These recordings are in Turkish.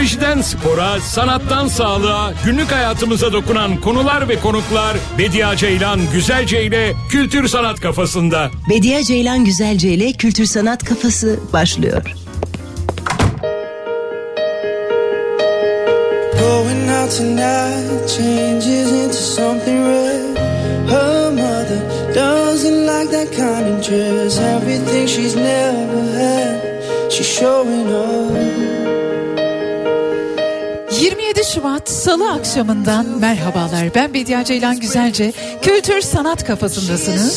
Teknolojiden spora, sanattan sağlığa, günlük hayatımıza dokunan konular ve konuklar Bediye Ceylan Güzelce ile Kültür Sanat Kafası'nda. Bediye Ceylan Güzelce ile Kültür Sanat Kafası başlıyor. Going out tonight changes into something red. Her mother doesn't like that kind of dress. Everything she's never had, she's showing up. 27 Şubat Salı akşamından merhabalar. Ben Bediye Ceylan Güzelce. Kültür Sanat Kafası'ndasınız.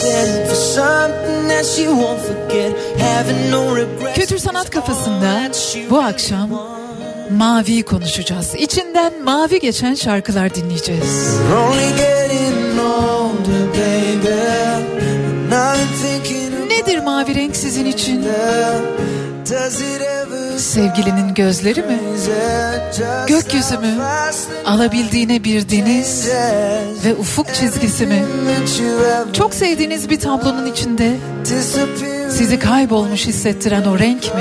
Kültür Sanat Kafası'nda bu akşam maviyi konuşacağız. İçinden mavi geçen şarkılar dinleyeceğiz. Nedir mavi renk sizin için? Sevgilinin gözleri mi? Gökyüzü mü? Alabildiğine bir deniz ve ufuk çizgisi mi? Çok sevdiğiniz bir tablonun içinde sizi kaybolmuş hissettiren o renk mi?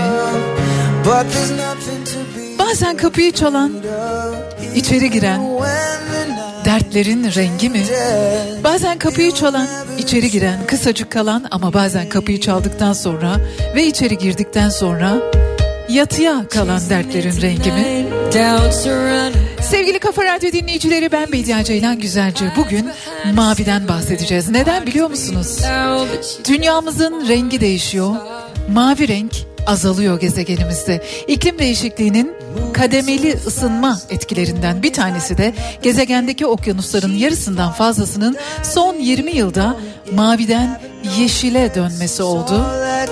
Bazen kapıyı çalan, içeri giren dertlerin rengi mi? Bazen kapıyı çalan, içeri giren, kısacık kalan ama bazen kapıyı çaldıktan sonra ve içeri girdikten sonra yatıya kalan dertlerin rengi mi? Sevgili Kafa Radyo dinleyicileri, ben Bediye Ceylan Güzelce. Bugün maviden bahsedeceğiz. Neden biliyor musunuz? Dünyamızın rengi değişiyor. Mavi renk azalıyor gezegenimizde. İklim değişikliğinin kademeli ısınma etkilerinden bir tanesi de gezegendeki okyanusların yarısından fazlasının son 20 yılda maviden yeşile dönmesi oldu.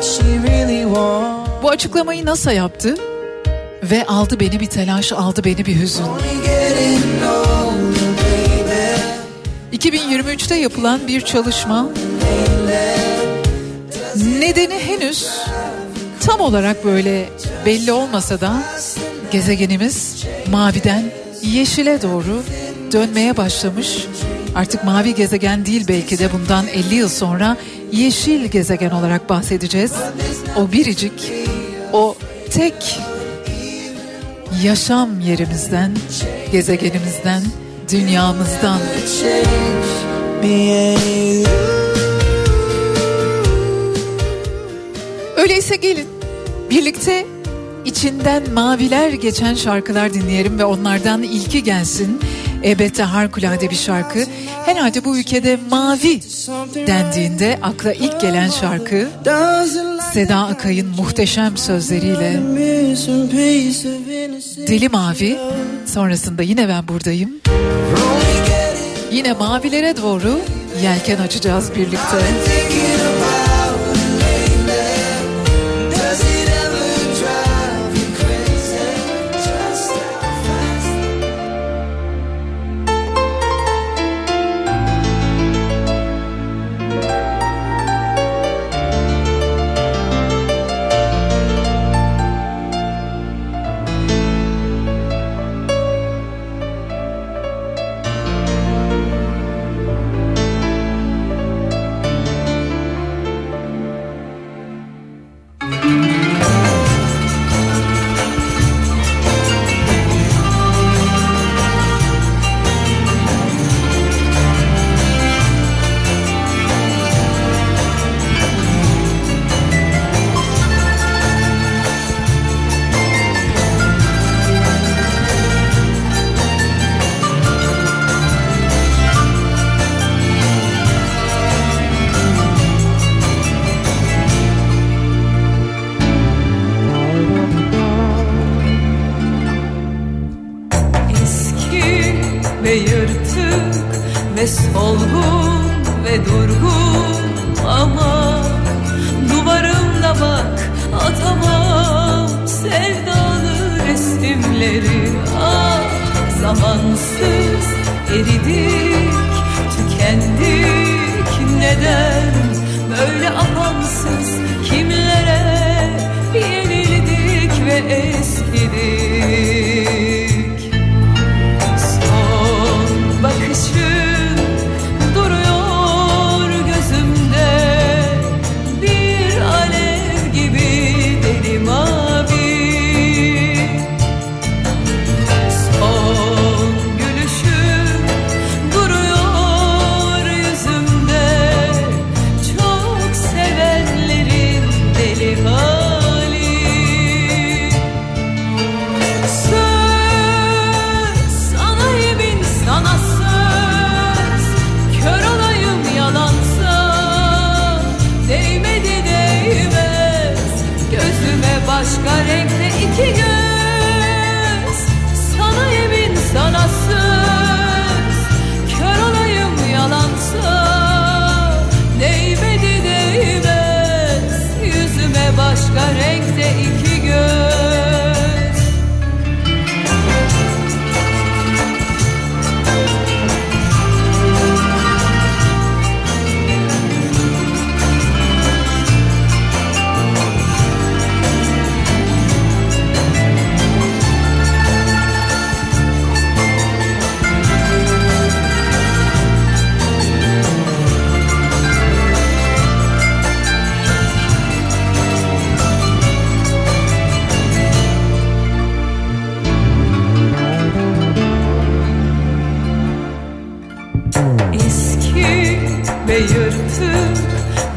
Bu açıklamayı NASA yaptı ve aldı beni bir telaş, aldı beni bir hüzün. 2023'te yapılan bir çalışma, nedeni henüz tam olarak böyle belli olmasa da gezegenimiz maviden yeşile doğru dönmeye başlamış. Artık mavi gezegen değil, belki de bundan 50 yıl sonra yeşil gezegen olarak bahsedeceğiz. O biricik, o tek yaşam yerimizden, gezegenimizden, dünyamızdan. Öyleyse gelin birlikte içinden maviler geçen şarkılar dinleyelim ve onlardan ilki gelsin. Elbette harikulade bir şarkı. Herhalde bu ülkede mavi dendiğinde akla ilk gelen şarkı Seda Akay'ın muhteşem sözleriyle Deli Mavi. Sonrasında yine ben buradayım. Yine mavilere doğru yelken açacağız birlikte.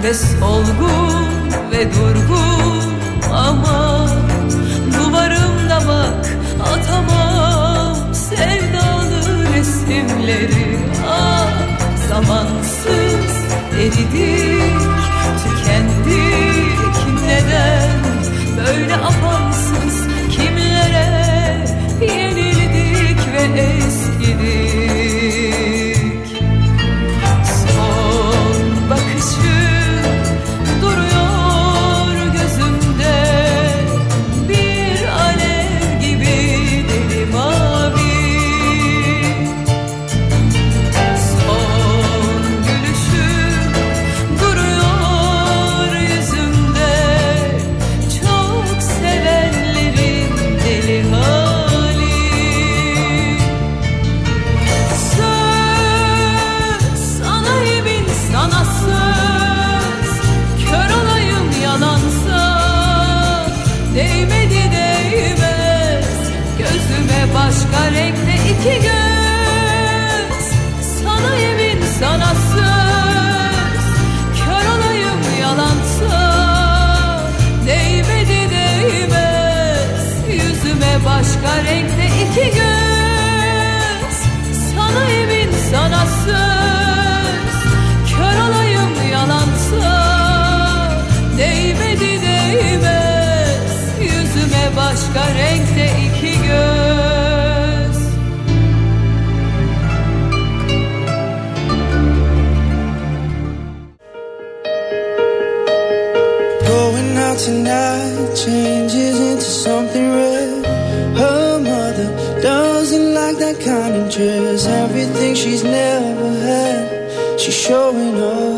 ve solgun ve durgun ama duvarımda bak atamam sevdalı resimleri. Ah zamansız eridik tükendik neden böyle apansız kimlere yenildik ve eskidik. Son bakışım duruyor gözümde bir alev gibi deli mavi. Son gülüşüm duruyor yüzümde çok sevenlerin deli hali. Söz sana yemin sana söz kör olayım yalansa değmedi değmez gözüme başka renkte iki göz. Sana yemin sana söz kör olayım yalansa değmedi değmez yüzüme başka renkte iki göz. Sana yemin sana söz kör olayım yalansa değmedi değmez yüzüme başka renkte iki göz. Going out tonight changes into something red. Her mother doesn't like that kind of dress. Everything she's never had, she's showing up.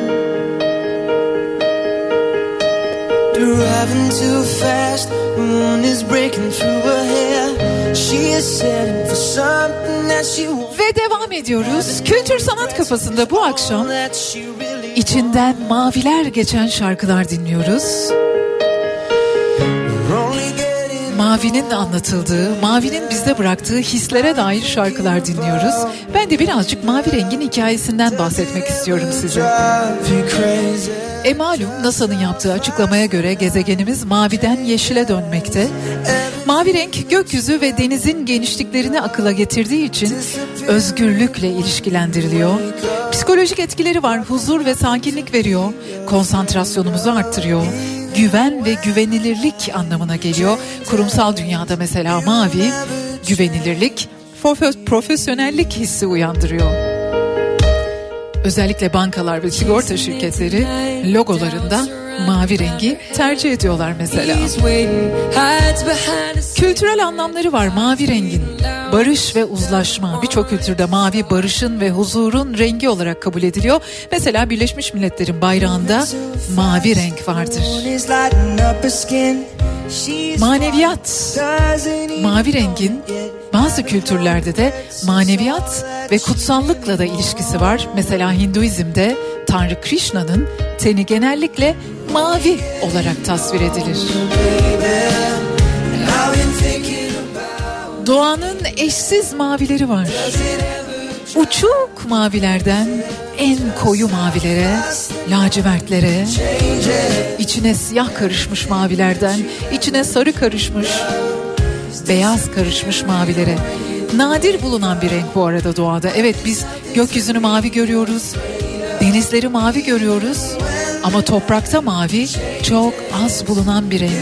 Driving too fast, moon is breaking through her hair. She is setting for something that she wants. Ve devam ediyoruz. Kültür Sanat Kafası'nda bu akşam içinden maviler geçen şarkılar dinliyoruz. Mavinin anlatıldığı, mavinin bizde bıraktığı hislere dair şarkılar dinliyoruz. Ben de birazcık mavi rengin hikayesinden bahsetmek istiyorum size. Malum NASA'nın yaptığı açıklamaya göre gezegenimiz maviden yeşile dönmekte. Mavi renk gökyüzü ve denizin genişliklerini akıla getirdiği için özgürlükle ilişkilendiriliyor. Psikolojik etkileri var, huzur ve sakinlik veriyor, konsantrasyonumuzu arttırıyor. Güven ve güvenilirlik anlamına geliyor. Kurumsal dünyada mesela mavi, güvenilirlik, profesyonellik hissi uyandırıyor. Özellikle bankalar ve sigorta şirketleri logolarında mavi rengi tercih ediyorlar mesela. Kültürel anlamları var mavi rengin. Barış ve uzlaşma. Birçok kültürde mavi barışın ve huzurun rengi olarak kabul ediliyor. Mesela Birleşmiş Milletler'in bayrağında mavi renk vardır. Maneviyat. Mavi rengin bazı kültürlerde de maneviyat ve kutsallıkla da ilişkisi var. Mesela Hinduizm'de Tanrı Krishna'nın teni genellikle mavi olarak tasvir edilir. Doğanın eşsiz mavileri var. Uçuk mavilerden en koyu mavilere, lacivertlere, içine siyah karışmış mavilerden içine sarı karışmış, beyaz karışmış mavilere. Nadir bulunan bir renk bu arada doğada. Evet, biz gökyüzünü mavi görüyoruz, denizleri mavi görüyoruz ama toprakta mavi çok az bulunan bir renk.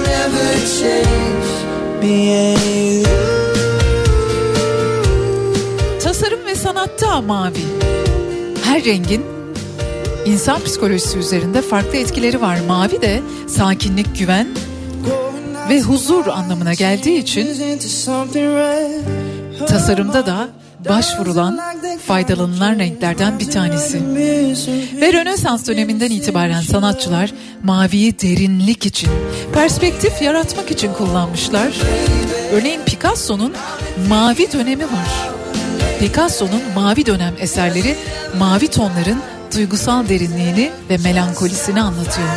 Tasarım ve sanatta mavi. Her rengin insan psikolojisi üzerinde farklı etkileri var. Mavi de sakinlik, güven ve huzur anlamına geldiği için tasarımda da başvurulan, faydalanılan renklerden bir tanesi. Ve Rönesans döneminden itibaren sanatçılar maviyi derinlik için, perspektif yaratmak için kullanmışlar. Örneğin Picasso'nun mavi dönemi var. Picasso'nun mavi dönem eserleri mavi tonların duygusal derinliğini ve melankolisini anlatıyor.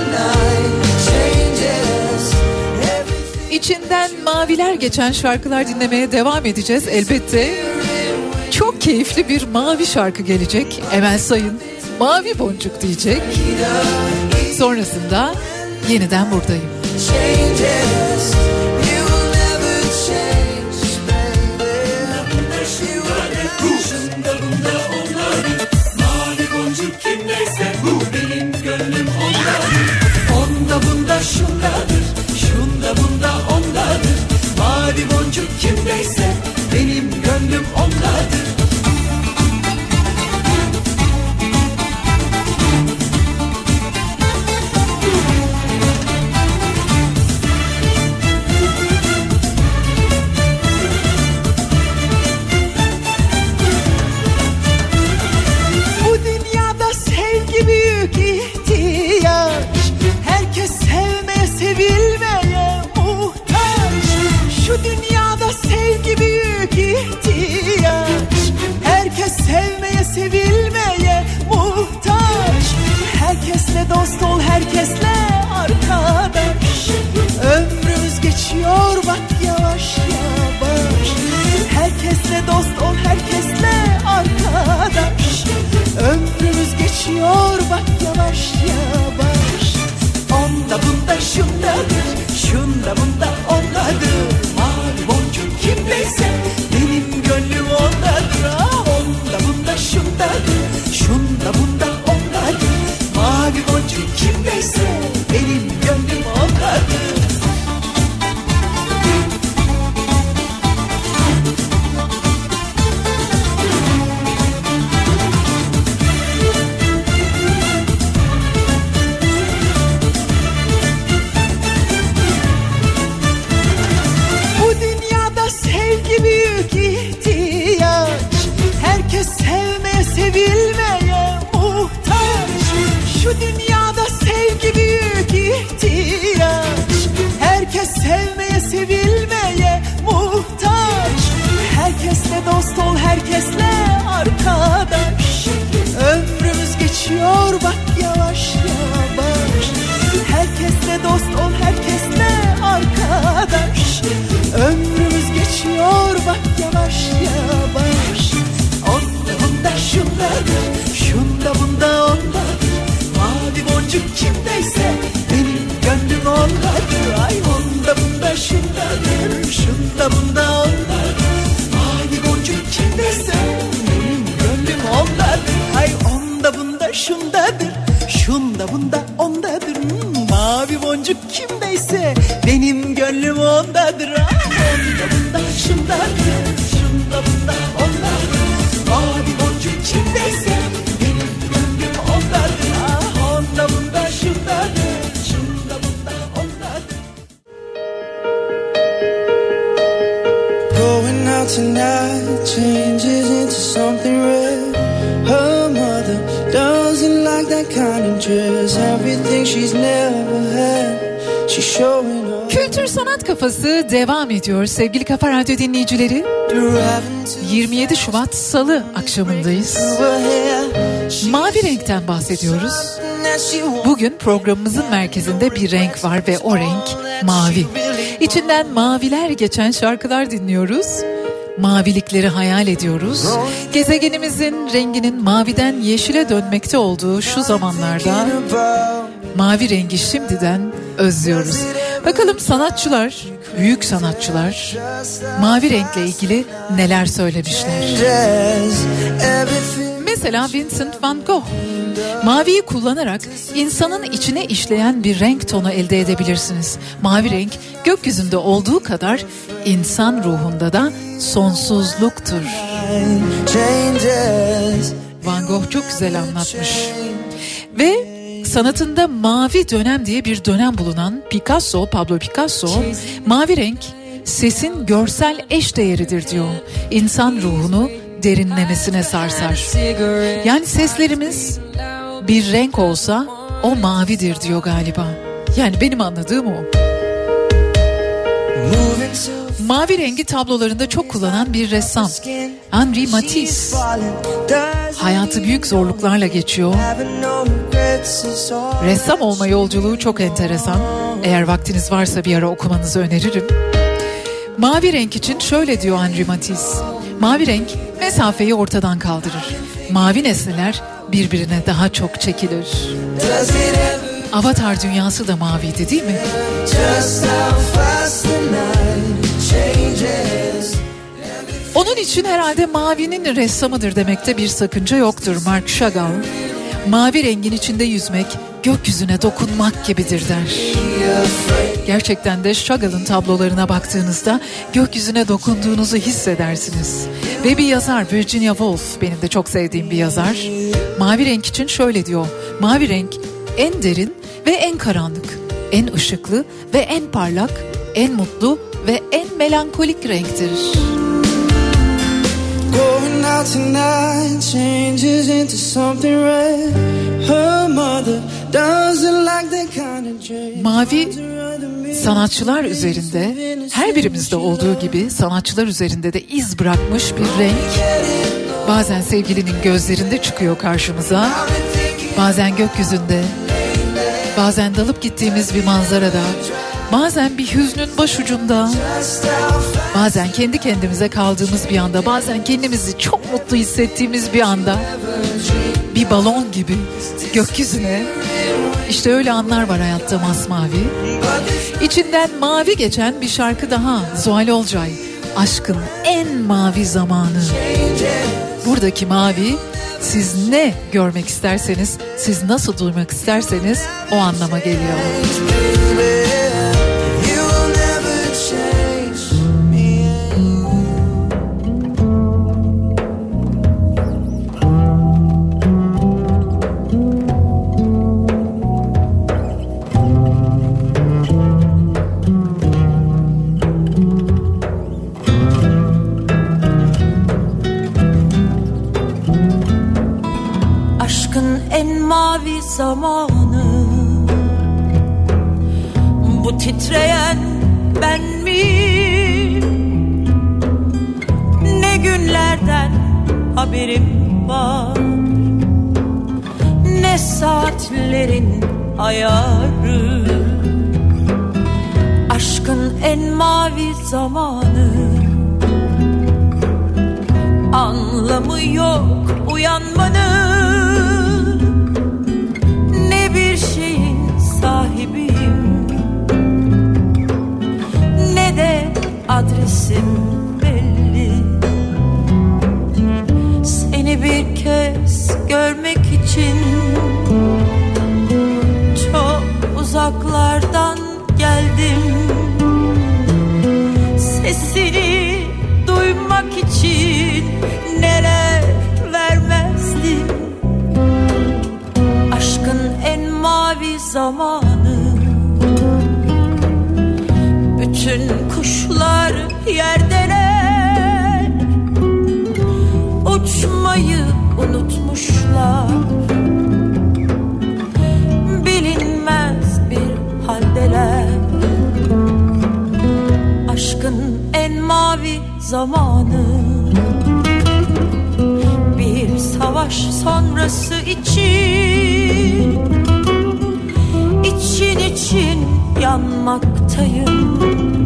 İçinden maviler geçen şarkılar dinlemeye devam edeceğiz elbette. Çok keyifli bir mavi şarkı gelecek. Emel Sayın, Mavi boncuk diyecek. Sonrasında yeniden buradayım. Kimdeyse bu benim gönlüm ondadır. Onda bunda şundadır, şunda bunda ondadır. Mavi boncuk kimdeyse benim gönlüm ondadır. Büyük ihtiyaç, herkes sevmeye sevilmeye muhtaç. Şu dünyada sevgi büyük ihtiyaç, herkes sevmeye sevilmeye muhtaç. Herkesle dost ol, herkesle arkadaş. Ömrümüz geçiyor bak yavaş yavaş. Herkesle dost ol, herkesle arkadaş. Ömrümüz geçiyor bak yavaş yavaş. Onda bunda şundadır, şunda bunda ondadır. Mavi boncuk kimdeyse benim gönlüm ondadır. Onda bunda şundadır, şunda bunda ondadır. Mavi boncuk kimdeyse benim gönlüm ondadır. Sevilmeye muhtaç. Şu dünyada sevgi büyük ihtiyaç. Herkes sevmeye sevilmeye muhtaç. Herkesle dost ol, herkesle arkadaş. Ömrümüz geçiyor bak yavaş yavaş. Herkesle dost ol, herkesle arkadaş. Ömrümüz geçiyor bak yavaş yavaş. Şundadır, şunda bunda ondadır. Mavi boncuk kimdeyse benim gönlüm ondadır. Ay onda bunda şundadır, şunda bunda ondadır. Mavi boncuk kimdeyse benim gönlüm ondadır. Ay onda bunda şundadır, şunda bunda ondadır. Mavi boncuk kimdeyse benim gönlüm ondadır. Ay onda bunda şundadır, şunda bunda ondadır. Mavi boncuk kimdeyse benim gönlüm ondadır. Ah onda bunda şundadır, şunda bunda ondadır. Going out tonight changes into something red. Her mother doesn't like that kind of dress. Everything she's never had, she's showing up. Kültür Sanat Kafası devam ediyor sevgili Kafa Radyo dinleyicileri. 27 Şubat Salı akşamındayız. Mavi renkten bahsediyoruz. Bugün programımızın merkezinde bir renk var ve o renk mavi. İçinden maviler geçen şarkılar dinliyoruz. Mavilikleri hayal ediyoruz. Gezegenimizin renginin maviden yeşile dönmekte olduğu şu zamanlarda mavi rengi şimdiden özlüyoruz. Bakalım sanatçılar, büyük sanatçılar mavi renkle ilgili neler söylemişler. Mesela Vincent van Gogh, maviyi kullanarak insanın içine işleyen bir renk tonu elde edebilirsiniz. Mavi renk gökyüzünde olduğu kadar insan ruhunda da sonsuzluktur. Van Gogh çok güzel anlatmış. Ve sanatında mavi dönem diye bir dönem bulunan Picasso, Pablo Picasso, mavi renk sesin görsel eşdeğeridir diyor. İnsan ruhunu derinlemesine sarsar. Yani seslerimiz bir renk olsa o mavidir diyor galiba. Yani benim anladığım o. Mavi rengi tablolarında çok kullanan bir ressam Henri Matisse. Hayatı büyük zorluklarla geçiyor. Ressam olma yolculuğu çok enteresan. Eğer vaktiniz varsa bir ara okumanızı öneririm. Mavi renk için şöyle diyor Henri Matisse. Mavi renk mesafeyi ortadan kaldırır. mavi nesneler birbirine daha çok çekilir. Avatar dünyası da maviydi değil mi? Onun için herhalde mavinin ressamıdır demekte bir sakınca yoktur Marc Chagall. Mavi rengin içinde yüzmek, gökyüzüne dokunmak gibidir der. Gerçekten de Chagall'ın tablolarına baktığınızda gökyüzüne dokunduğunuzu hissedersiniz. Ve bir yazar, Virginia Woolf, benim de çok sevdiğim bir yazar, mavi renk için şöyle diyor: mavi renk en derin ve en karanlık, en ışıklı ve en parlak, en mutlu ve en melankolik renktir. Going out tonight changes into something red. Her mother doesn't like that kind of dress. Mavi sanatçılar üzerinde, her birimizde olduğu gibi sanatçılar üzerinde de iz bırakmış bir renk. Bazen sevgilinin gözlerinde çıkıyor karşımıza, bazen gökyüzünde, bazen dalıp gittiğimiz bir manzarada, bazen bir hüznün başucunda, bazen kendi kendimize kaldığımız bir anda, bazen kendimizi çok mutlu hissettiğimiz bir anda, bir balon gibi gökyüzüne. İşte öyle anlar var hayatta masmavi. İçinden mavi geçen bir şarkı daha, Zuhal Olcay, Aşkın En Mavi Zamanı. Buradaki mavi, siz ne görmek isterseniz, siz nasıl duymak isterseniz o anlama geliyor. Mavi zamanı, bu titreyen ben miyim? Ne günlerden haberim var, ne saatlerin ayarı. Aşkın en mavi zamanı, anlamı yok uyanmanın. Bir şeyin sahibiyim, ne de adresim belli. Seni bir kez görmek için çok uzaklardan geldim. Sesini duymak için neler vermezdim. Aşkın en mavi zamanı, bütün kuşlar yerdeler, uçmayı unutmuşlar. Bilinmez bir haldeler. Aşkın en mavi zamanı, bir savaş sonrası için, için yanmaktayım.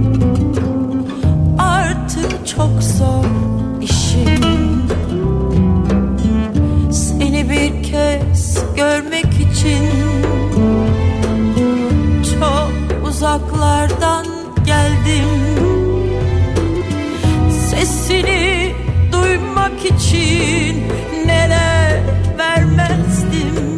Artık çok zor işim, seni bir kez görmek için çok uzaklardan geldim. Sesini duymak için neler vermezdim.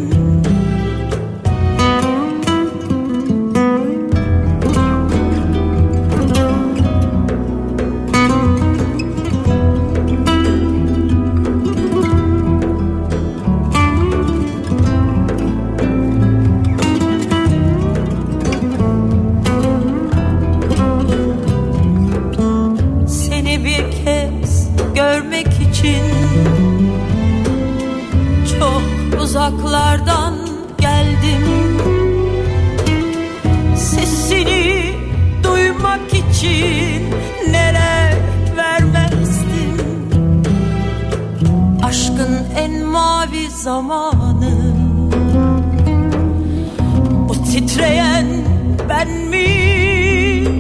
Uzaklardan geldim. Sesini duymak için neler vermezdim. Aşkın en mavi zamanı, o titreyen ben miyim?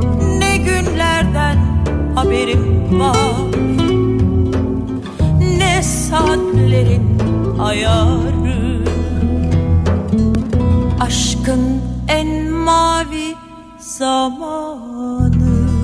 Ne günlerden haberim var, ne ayarı. Aşkın en mavi zamanı.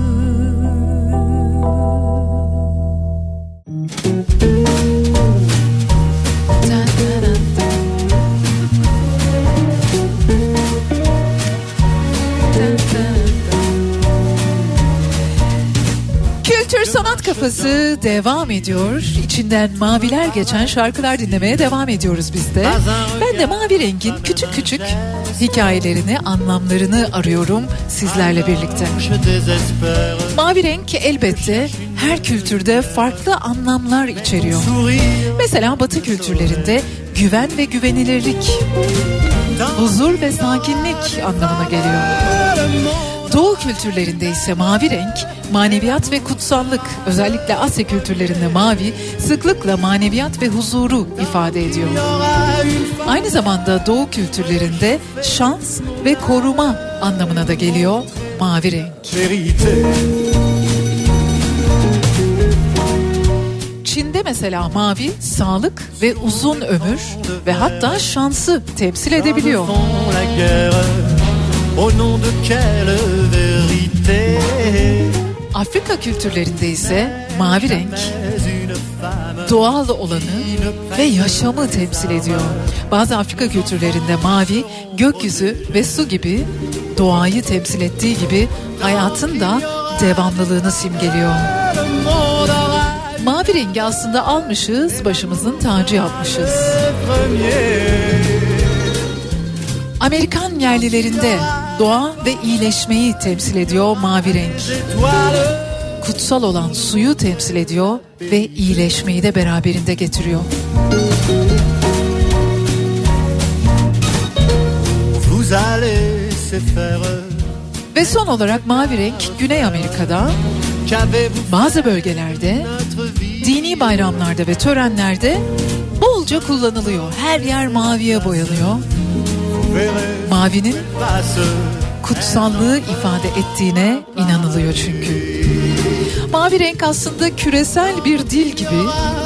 Kültür Sanat Kafası devam ediyor. İçinden maviler geçen şarkılar dinlemeye devam ediyoruz biz de. Ben de mavi rengin küçük küçük hikayelerini, anlamlarını arıyorum sizlerle birlikte. Mavi renk elbette her kültürde farklı anlamlar içeriyor. Mesela Batı kültürlerinde güven ve güvenilirlik, huzur ve sakinlik anlamına geliyor. Doğu kültürlerinde ise mavi renk maneviyat ve kutsallık, özellikle Asya kültürlerinde mavi sıklıkla maneviyat ve huzuru ifade ediyor. Aynı zamanda Doğu kültürlerinde şans ve koruma anlamına da geliyor mavi renk. Çin'de mesela mavi sağlık ve uzun ömür ve hatta şansı temsil edebiliyor. Afrika kültürlerinde ise mavi renk doğal olanı ve yaşamı temsil ediyor. Bazı Afrika kültürlerinde mavi gökyüzü ve su gibi doğayı temsil ettiği gibi hayatın da devamlılığını simgeliyor. Mavi rengi aslında almışız, başımızın tacı yapmışız. Amerikan yerlilerinde doğa ve iyileşmeyi temsil ediyor mavi renk. Kutsal olan suyu temsil ediyor ve iyileşmeyi de beraberinde getiriyor. Ve son olarak mavi renk Güney Amerika'da bazı bölgelerde dini bayramlarda ve törenlerde bolca kullanılıyor. Her yer maviye boyanıyor. Mavinin kutsallığı ifade ettiğine inanılıyor çünkü. Mavi renk aslında küresel bir dil gibi.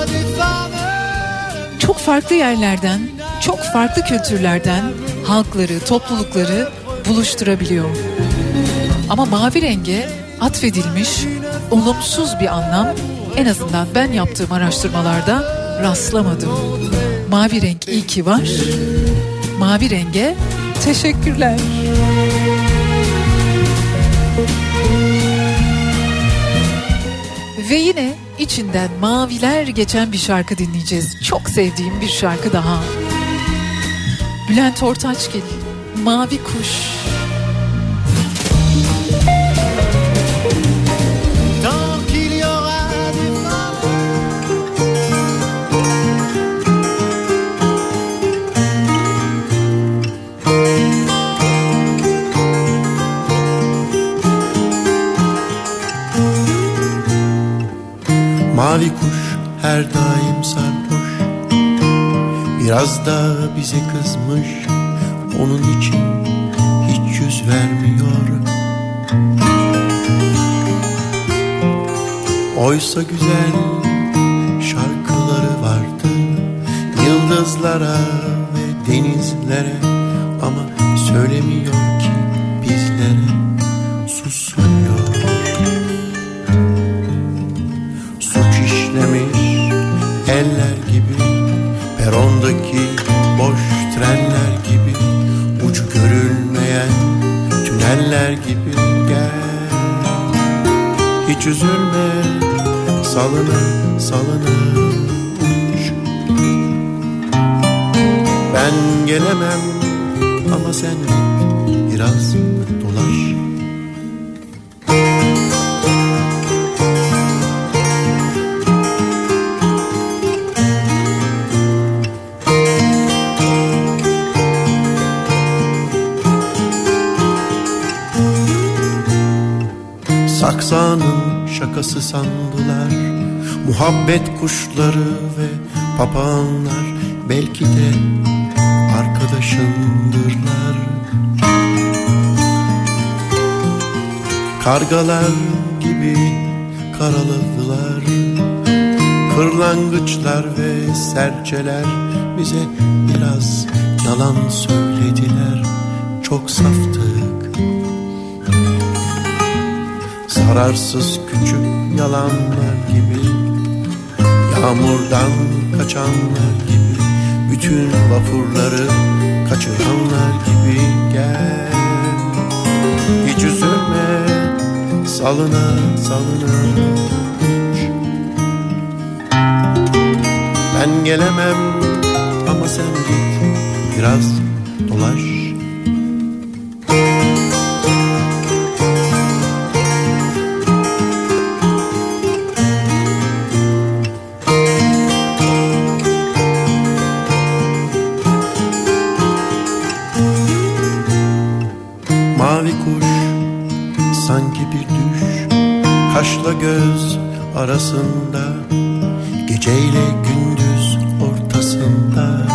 Çok farklı yerlerden, çok farklı kültürlerden halkları, toplulukları buluşturabiliyor. Ama mavi renge atfedilmiş olumsuz bir anlam, en azından ben yaptığım araştırmalarda rastlamadım. Mavi renk iyi ki var. Mavi renge teşekkürler. Ve yine içinden maviler geçen bir şarkı dinleyeceğiz. Çok sevdiğim bir şarkı daha. Bülent Ortaçgil, Mavi Kuş. Mavi kuş her daim sarhoş, biraz da bize kızmış, onun için hiç yüz vermiyor. Oysa güzel şarkıları vardı yıldızlara ve denizlere, ama söylemiyor ki bizlere, susuyor. Eller gibi, perondaki boş trenler gibi, ucu görülmeyen tüneller gibi gel. Hiç üzülme, salına salına uç. Ben gelemem ama sen git, biraz dolaş. Saksanın şakası sandılar muhabbet kuşları ve papağanlar, belki de arkadaşındırlar. Kargalar gibi karaladılar, kırlangıçlar ve serçeler bize biraz yalan söylediler. Çok saftık. Zararsız küçük yalanlar gibi, yağmurdan kaçanlar gibi, bütün vapurları kaçıranlar gibi. Gel, hiç üzülme, salına salına. Ben gelemem ama sen git, biraz dolaş. Mavi kuş sanki bir düş, kaşla göz arasında, geceyle gündüz ortasında.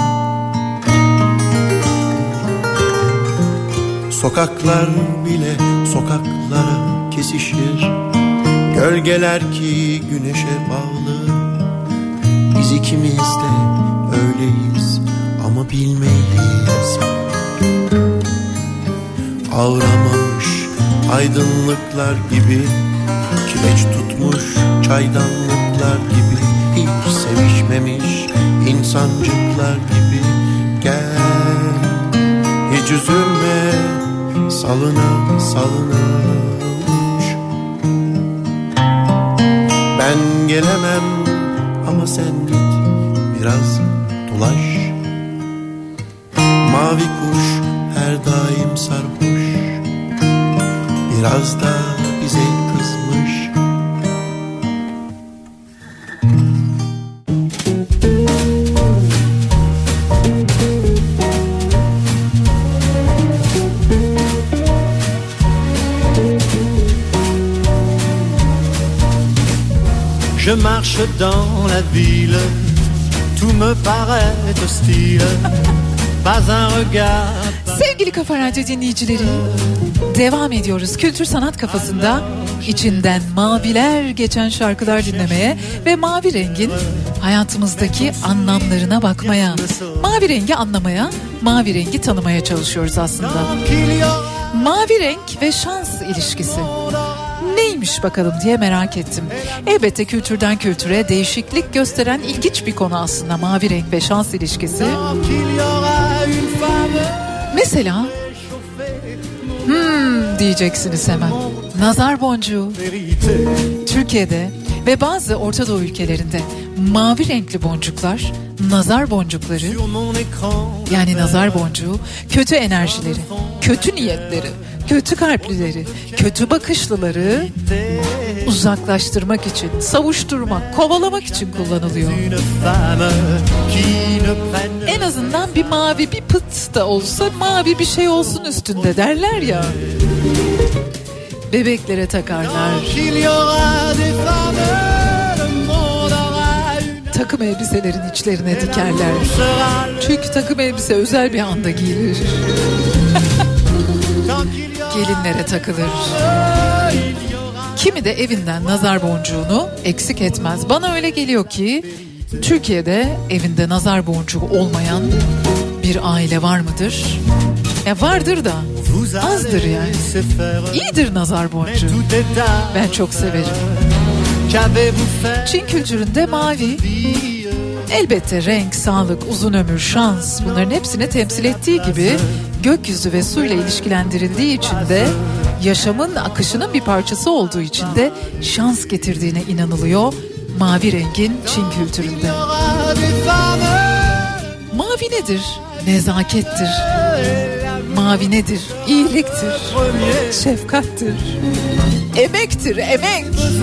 Sokaklar bile sokaklara kesişir, gölgeler ki güneşe bağlı. Biz ikimiz de öyleyiz ama bilmeyiz. Ağramamış aydınlıklar gibi, kireç tutmuş çaydanlıklar gibi, hiç sevişmemiş insancıklar gibi. Gel, hiç üzülme, salına salına uç. Ben gelemem ama sen git, biraz dolaş. Mavi kuş her daim sarhoş, biraz da bize kızmış. Je marche dans la ville, tout me paraît hostile. Pas un regard. Sevgili Kafa Radyo dinleyicileri, devam ediyoruz Kültür Sanat Kafası'nda içinden maviler geçen şarkılar dinlemeye ve mavi rengin hayatımızdaki anlamlarına bakmaya, mavi rengi anlamaya, mavi rengi tanımaya çalışıyoruz aslında. Mavi renk ve şans ilişkisi neymiş bakalım diye merak ettim. Elbette kültürden kültüre değişiklik gösteren ilginç bir konu aslında mavi renk ve şans ilişkisi. Mesela diyeceksiniz hemen. Nazar boncuğu. Türkiye'de ve bazı Orta Doğu ülkelerinde mavi renkli boncuklar, nazar boncukları, yani nazar boncuğu kötü enerjileri, kötü niyetleri, kötü kalplileri, kötü bakışlıları uzaklaştırmak için, savuşturmak, kovalamak için kullanılıyor. En azından bir mavi, bir pıt da olsa mavi bir şey olsun üstünde derler ya. Bebeklere takarlar. Takım elbiselerin içlerine dikerler. Çünkü takım elbise özel bir anda giyilir. Gelinlere takılır. Kimi de evinden nazar boncuğunu eksik etmez. Bana öyle geliyor ki Türkiye'de evinde nazar boncuğu olmayan bir aile var mıdır? Vardır da azdır yani. İyidir nazar boncuğu. Ben çok severim. Çin kültüründe mavi elbette renk, sağlık, uzun ömür, şans, bunların hepsini temsil ettiği gibi gökyüzü ve suyla ilişkilendirildiği için de yaşamın akışının bir parçası olduğu için de şans getirdiğine inanılıyor mavi rengin Çin kültüründe. Mavi nedir? Nezakettir. Mavi nedir? İyiliktir. Şefkattir. Emektir, emek.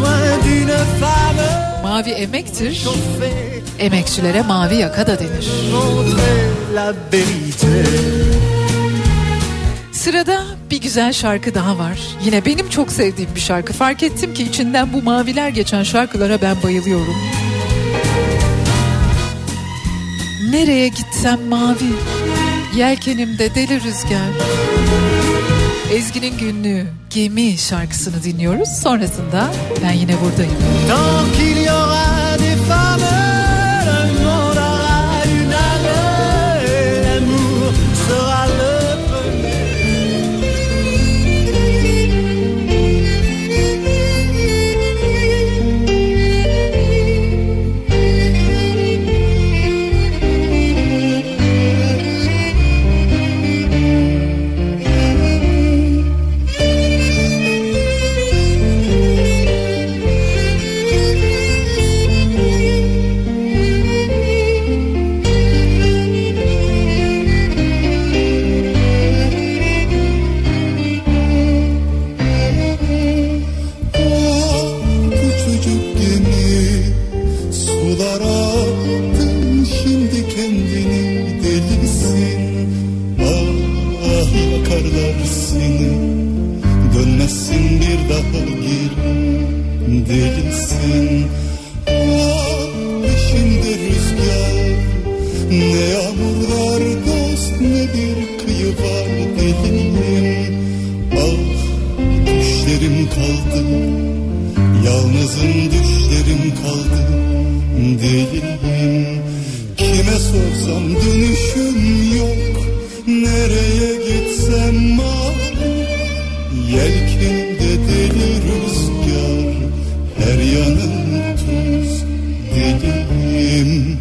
Mavi emektir. Emekçilere mavi yaka da denir. Sırada bir güzel şarkı daha var. Yine benim çok sevdiğim bir şarkı. Fark ettim ki içinden bu maviler geçen şarkılara ben bayılıyorum. Nereye gitsem mavi, yelkenimde deli rüzgar. Ezgi'nin günlüğü Gemi şarkısını dinliyoruz. Sonrasında ben yine buradayım. Tant qu'il y aura des femmes, le monde aura une âme. yıkarlar seni, dönmezsin bir daha geri. Delisin, ah peşinde rüzgar, ne yağmurlar dost ne bir kıyı var. Deliyim, ah düşlerim kaldı, yalnızım düşlerim kaldı. Deliyim, kime sorsam dönüşüm yok, nereye gitsem mavi. Yelkenimde deli rüzgar, her yanım tuz. Deliyim.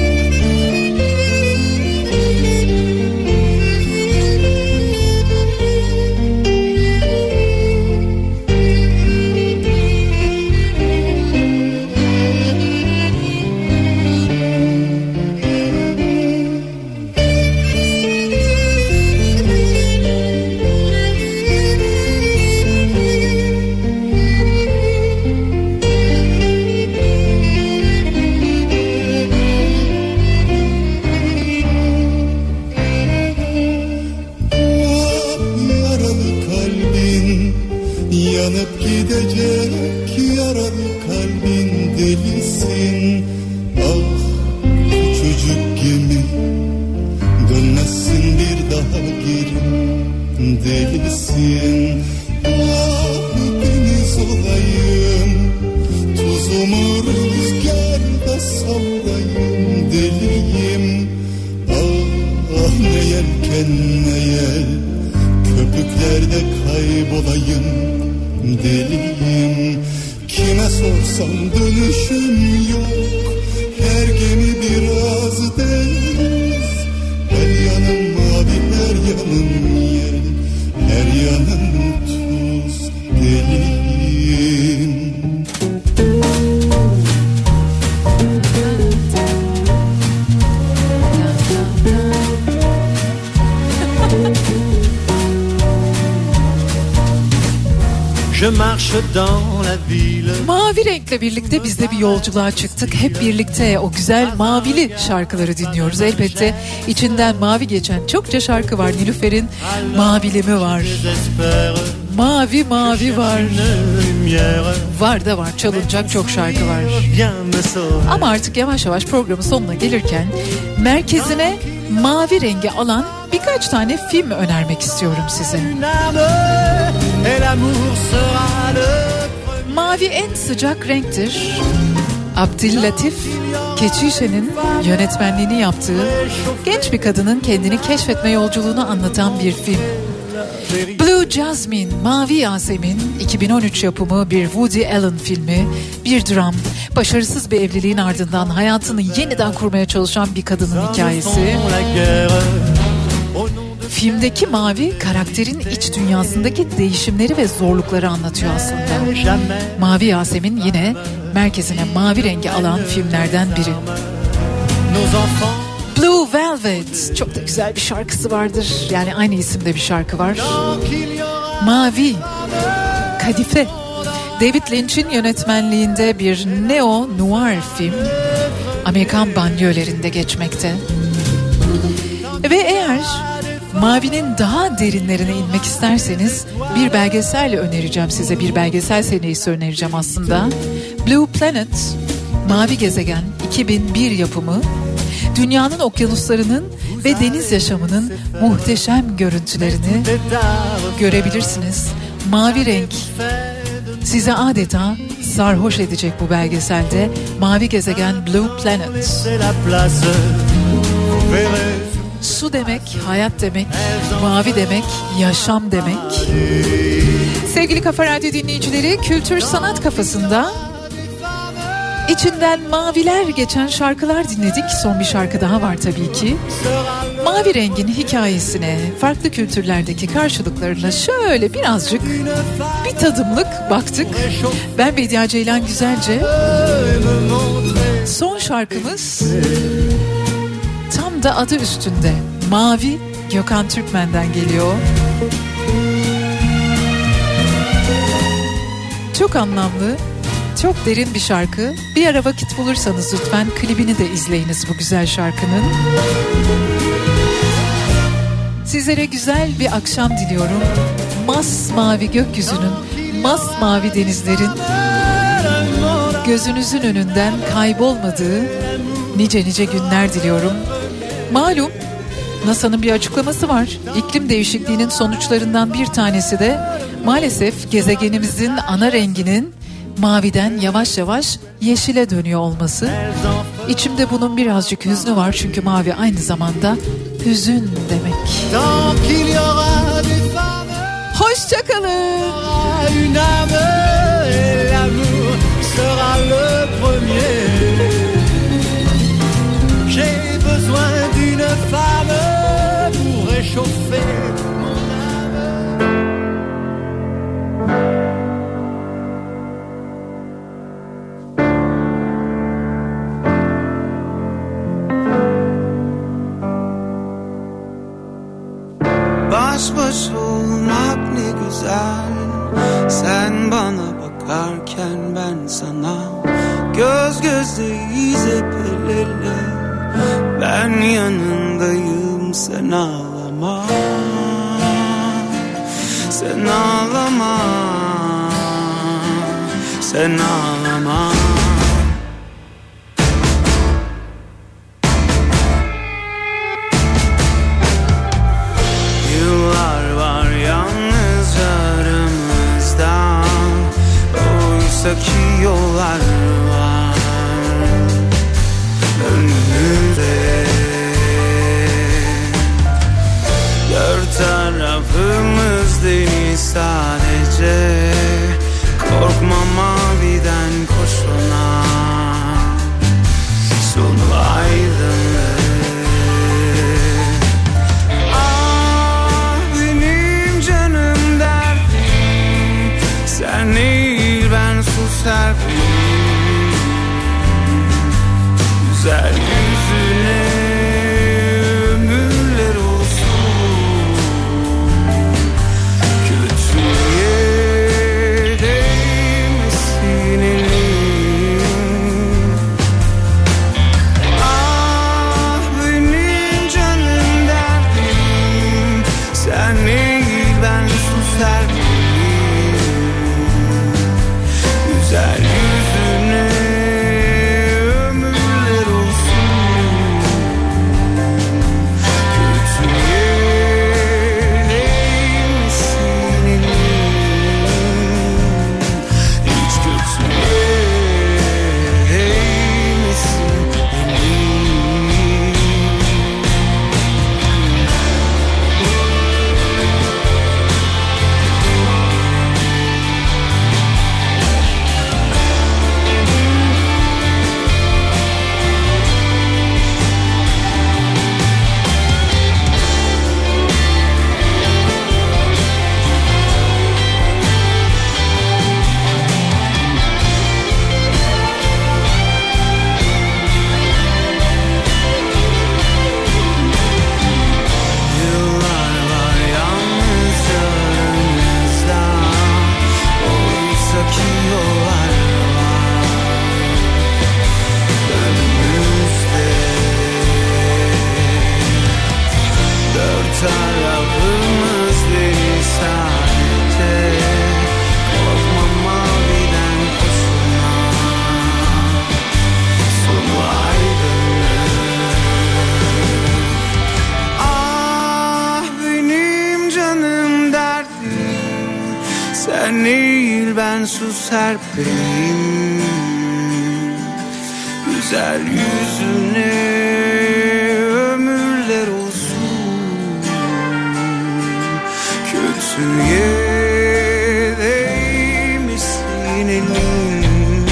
Yanıp gidecek yaralı kalbin. Delisin, ah küçücük gemi, dönmezsin bir daha geri. Delisin, ah deniz olayım, tuzumu rüzgarda savrayım. Deliyim, ah ne yelken ne yel, köpüklerde kaybolayım. Deliyim, kime sorsam dönüşüm yok, her gemi biraz deniz. Her yanım mavi, her yanım yel, her yanım tuz. Deliyim. Je marche dans la ville. Mavi renkle birlikte biz de bir yolculuğa çıktık. Hep birlikte o güzel mavili şarkıları dinliyoruz. Elbette içinden mavi geçen çokça şarkı var. Nilüfer'in Mavilimi var. Mavi mavi var. Var da var, çalınacak çok şarkı var. Ama artık yavaş yavaş programın sonuna gelirken merkezine mavi rengi alan birkaç tane film önermek istiyorum size. Mavi en sıcak renktir. Abdüllatif Keçişe'nin yönetmenliğini yaptığı genç bir kadının kendini keşfetme yolculuğunu anlatan bir film. Blue Jasmine, Mavi Yasemin, 2013 yapımı bir Woody Allen filmi, bir dram, başarısız bir evliliğin ardından hayatını yeniden kurmaya çalışan bir kadının hikayesi. Filmdeki mavi karakterin iç dünyasındaki değişimleri ve zorlukları anlatıyor aslında. Mavi Yasemin yine merkezine mavi rengi alan filmlerden biri. Blue Velvet, çok da güzel bir şarkısı vardır. Yani aynı isimde bir şarkı var. Mavi Kadife, David Lynch'in yönetmenliğinde bir neo-noir film. Amerikan banliyölerinde geçmekte. Ve eğer mavinin daha derinlerine inmek isterseniz bir belgesel önereceğim size. Bir belgesel serisi önereceğim aslında. Blue Planet, Mavi Gezegen, 2001 yapımı. Dünyanın okyanuslarının ve deniz yaşamının muhteşem görüntülerini görebilirsiniz. Mavi renk size adeta sarhoş edecek bu belgeselde. Mavi Gezegen, Blue Planet. Su demek, hayat demek, mavi demek, yaşam demek. Sevgili Kafa Radyo dinleyicileri, Kültür Sanat Kafası'nda içinden maviler geçen şarkılar dinledik. Son bir şarkı daha var tabii ki. Mavi rengin hikayesine, farklı kültürlerdeki karşılıklarına şöyle birazcık bir tadımlık baktık. Ben Bediye Ceylan Güzelce. Son şarkımız tam da adı üstünde. Mavi, Gökhan Türkmen'den geliyor. Çok anlamlı, çok derin bir şarkı. Bir ara vakit bulursanız lütfen klibini de izleyiniz bu güzel şarkının. Sizlere güzel bir akşam diliyorum. Masmavi gökyüzünün, masmavi denizlerin gözünüzün önünden kaybolmadığı nice nice günler diliyorum. Malum NASA'nın bir açıklaması var. İklim değişikliğinin sonuçlarından bir tanesi de maalesef gezegenimizin ana renginin maviden yavaş yavaş yeşile dönüyor olması. İçimde bunun birazcık hüznü var çünkü mavi aynı zamanda hüzün demek. Hoşça kalın. J'ai besoin d'une femme pour réchauffer mon âme. Baş başa olmak ne güzel, sen bana bakarken ben sana, göz gözeyiz hep el ele. Ben yanındayım, sen ağlama, sen ağlama, sen ağlama. Yıllar var yalnızca aramızda, oysa ki yollar var önümüzde. Dört tarafımız deniz sadece, korkma maviden koş ona, sonu aydınlık. Ah benim canım derdim, sen değil ben susar. Güzel yüzüne ömürler olsun, kötüye değmesin elin. Ah benim canım derdim, sen değil ben susar. Güzel yüzüne sen değil ben susar benim. Güzel yüzüne ömürler olsun, kötüye değmesin elin.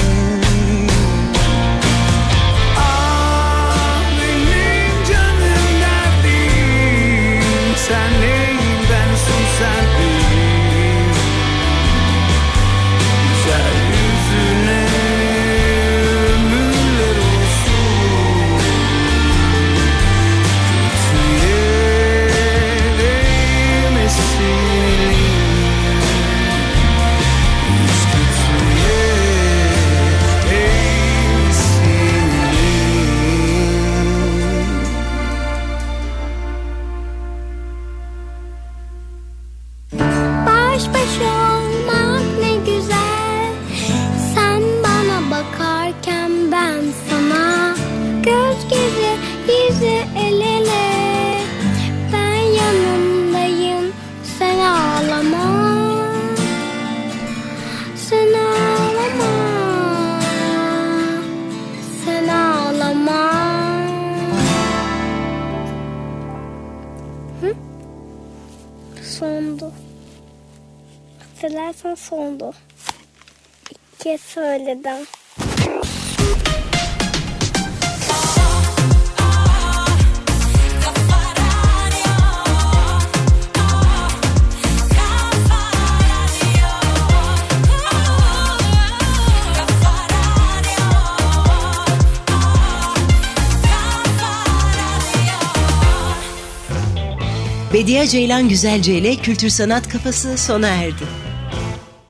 Ah benim canım derdim, sen değil ben susar benim. Güzel yüzüne ömürler olsun, kötüye değmesin elin. sondu. Hatırlarsan sondu. İlk kez söyledim. Bediye Ceylan Güzelce ile Kültür Sanat Kafası sona erdi.